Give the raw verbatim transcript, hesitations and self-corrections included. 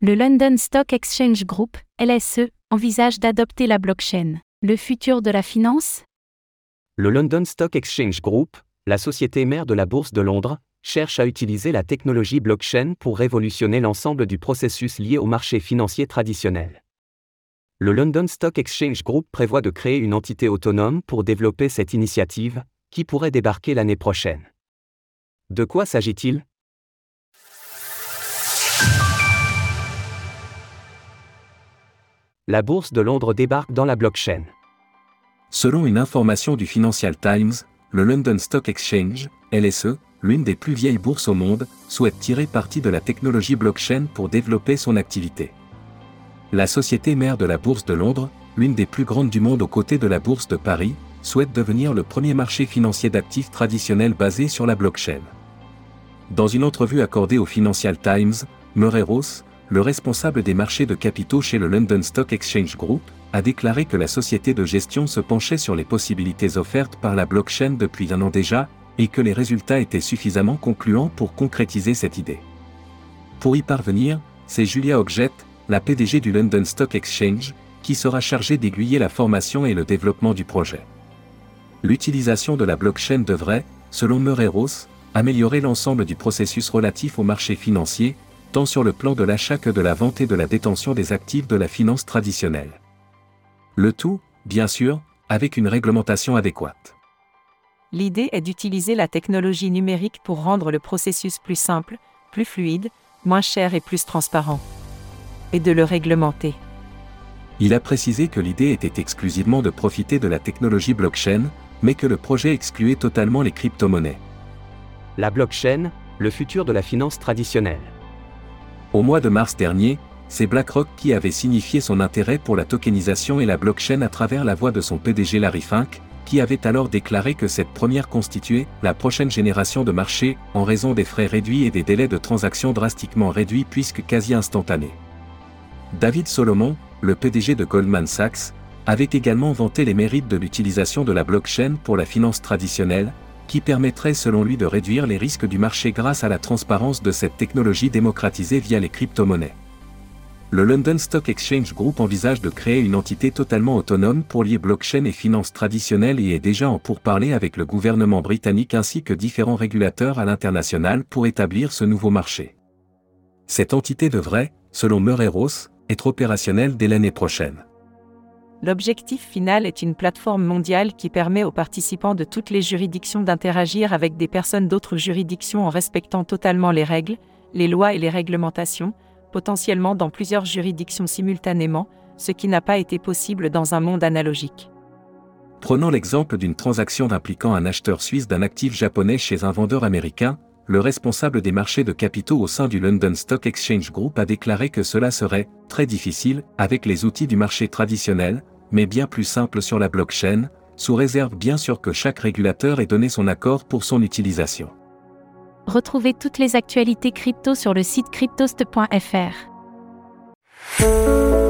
Le London Stock Exchange Group, L S E, envisage d'adopter la blockchain. Le futur de la finance ? Le London Stock Exchange Group, la société mère de la Bourse de Londres, cherche à utiliser la technologie blockchain pour révolutionner l'ensemble du processus lié au marché financier traditionnel. Le London Stock Exchange Group prévoit de créer une entité autonome pour développer cette initiative, qui pourrait débarquer l'année prochaine. De quoi s'agit-il ? La Bourse de Londres débarque dans la blockchain. Selon une information du Financial Times, le London Stock Exchange, L S E, l'une des plus vieilles bourses au monde, souhaite tirer parti de la technologie blockchain pour développer son activité. La société mère de la Bourse de Londres, l'une des plus grandes du monde aux côtés de la Bourse de Paris, souhaite devenir le premier marché financier d'actifs traditionnel basé sur la blockchain. Dans une entrevue accordée au Financial Times, Murray Ross, le responsable des marchés de capitaux chez le London Stock Exchange Group, a déclaré que la société de gestion se penchait sur les possibilités offertes par la blockchain depuis un an déjà, et que les résultats étaient suffisamment concluants pour concrétiser cette idée. Pour y parvenir, c'est Julia Hoggett, la P D G du London Stock Exchange, qui sera chargée d'aiguiller la formation et le développement du projet. L'utilisation de la blockchain devrait, selon Murray Ross, améliorer l'ensemble du processus relatif au marché financier, tant sur le plan de l'achat que de la vente et de la détention des actifs de la finance traditionnelle. Le tout, bien sûr, avec une réglementation adéquate. L'idée est d'utiliser la technologie numérique pour rendre le processus plus simple, plus fluide, moins cher et plus transparent. Et de le réglementer. Il a précisé que l'idée était exclusivement de profiter de la technologie blockchain, mais que le projet excluait totalement les crypto-monnaies. La blockchain, le futur de la finance traditionnelle. Au mois de mars dernier, c'est BlackRock qui avait signifié son intérêt pour la tokenisation et la blockchain à travers la voix de son P D G Larry Fink, qui avait alors déclaré que cette première constituait la prochaine génération de marché, en raison des frais réduits et des délais de transaction drastiquement réduits puisque quasi instantanés. David Solomon, le P D G de Goldman Sachs, avait également vanté les mérites de l'utilisation de la blockchain pour la finance traditionnelle, qui permettrait selon lui de réduire les risques du marché grâce à la transparence de cette technologie démocratisée via les crypto-monnaies. Le London Stock Exchange Group envisage de créer une entité totalement autonome pour lier blockchain et finances traditionnelles et est déjà en pourparlers avec le gouvernement britannique ainsi que différents régulateurs à l'international pour établir ce nouveau marché. Cette entité devrait, selon Murray Ross, être opérationnelle dès l'année prochaine. L'objectif final est une plateforme mondiale qui permet aux participants de toutes les juridictions d'interagir avec des personnes d'autres juridictions en respectant totalement les règles, les lois et les réglementations, potentiellement dans plusieurs juridictions simultanément, ce qui n'a pas été possible dans un monde analogique. Prenons l'exemple d'une transaction impliquant un acheteur suisse d'un actif japonais chez un vendeur américain. Le responsable des marchés de capitaux au sein du London Stock Exchange Group a déclaré que cela serait « très difficile » avec les outils du marché traditionnel, mais bien plus simple sur la blockchain, sous réserve bien sûr que chaque régulateur ait donné son accord pour son utilisation. Retrouvez toutes les actualités crypto sur le site cryptost point f r.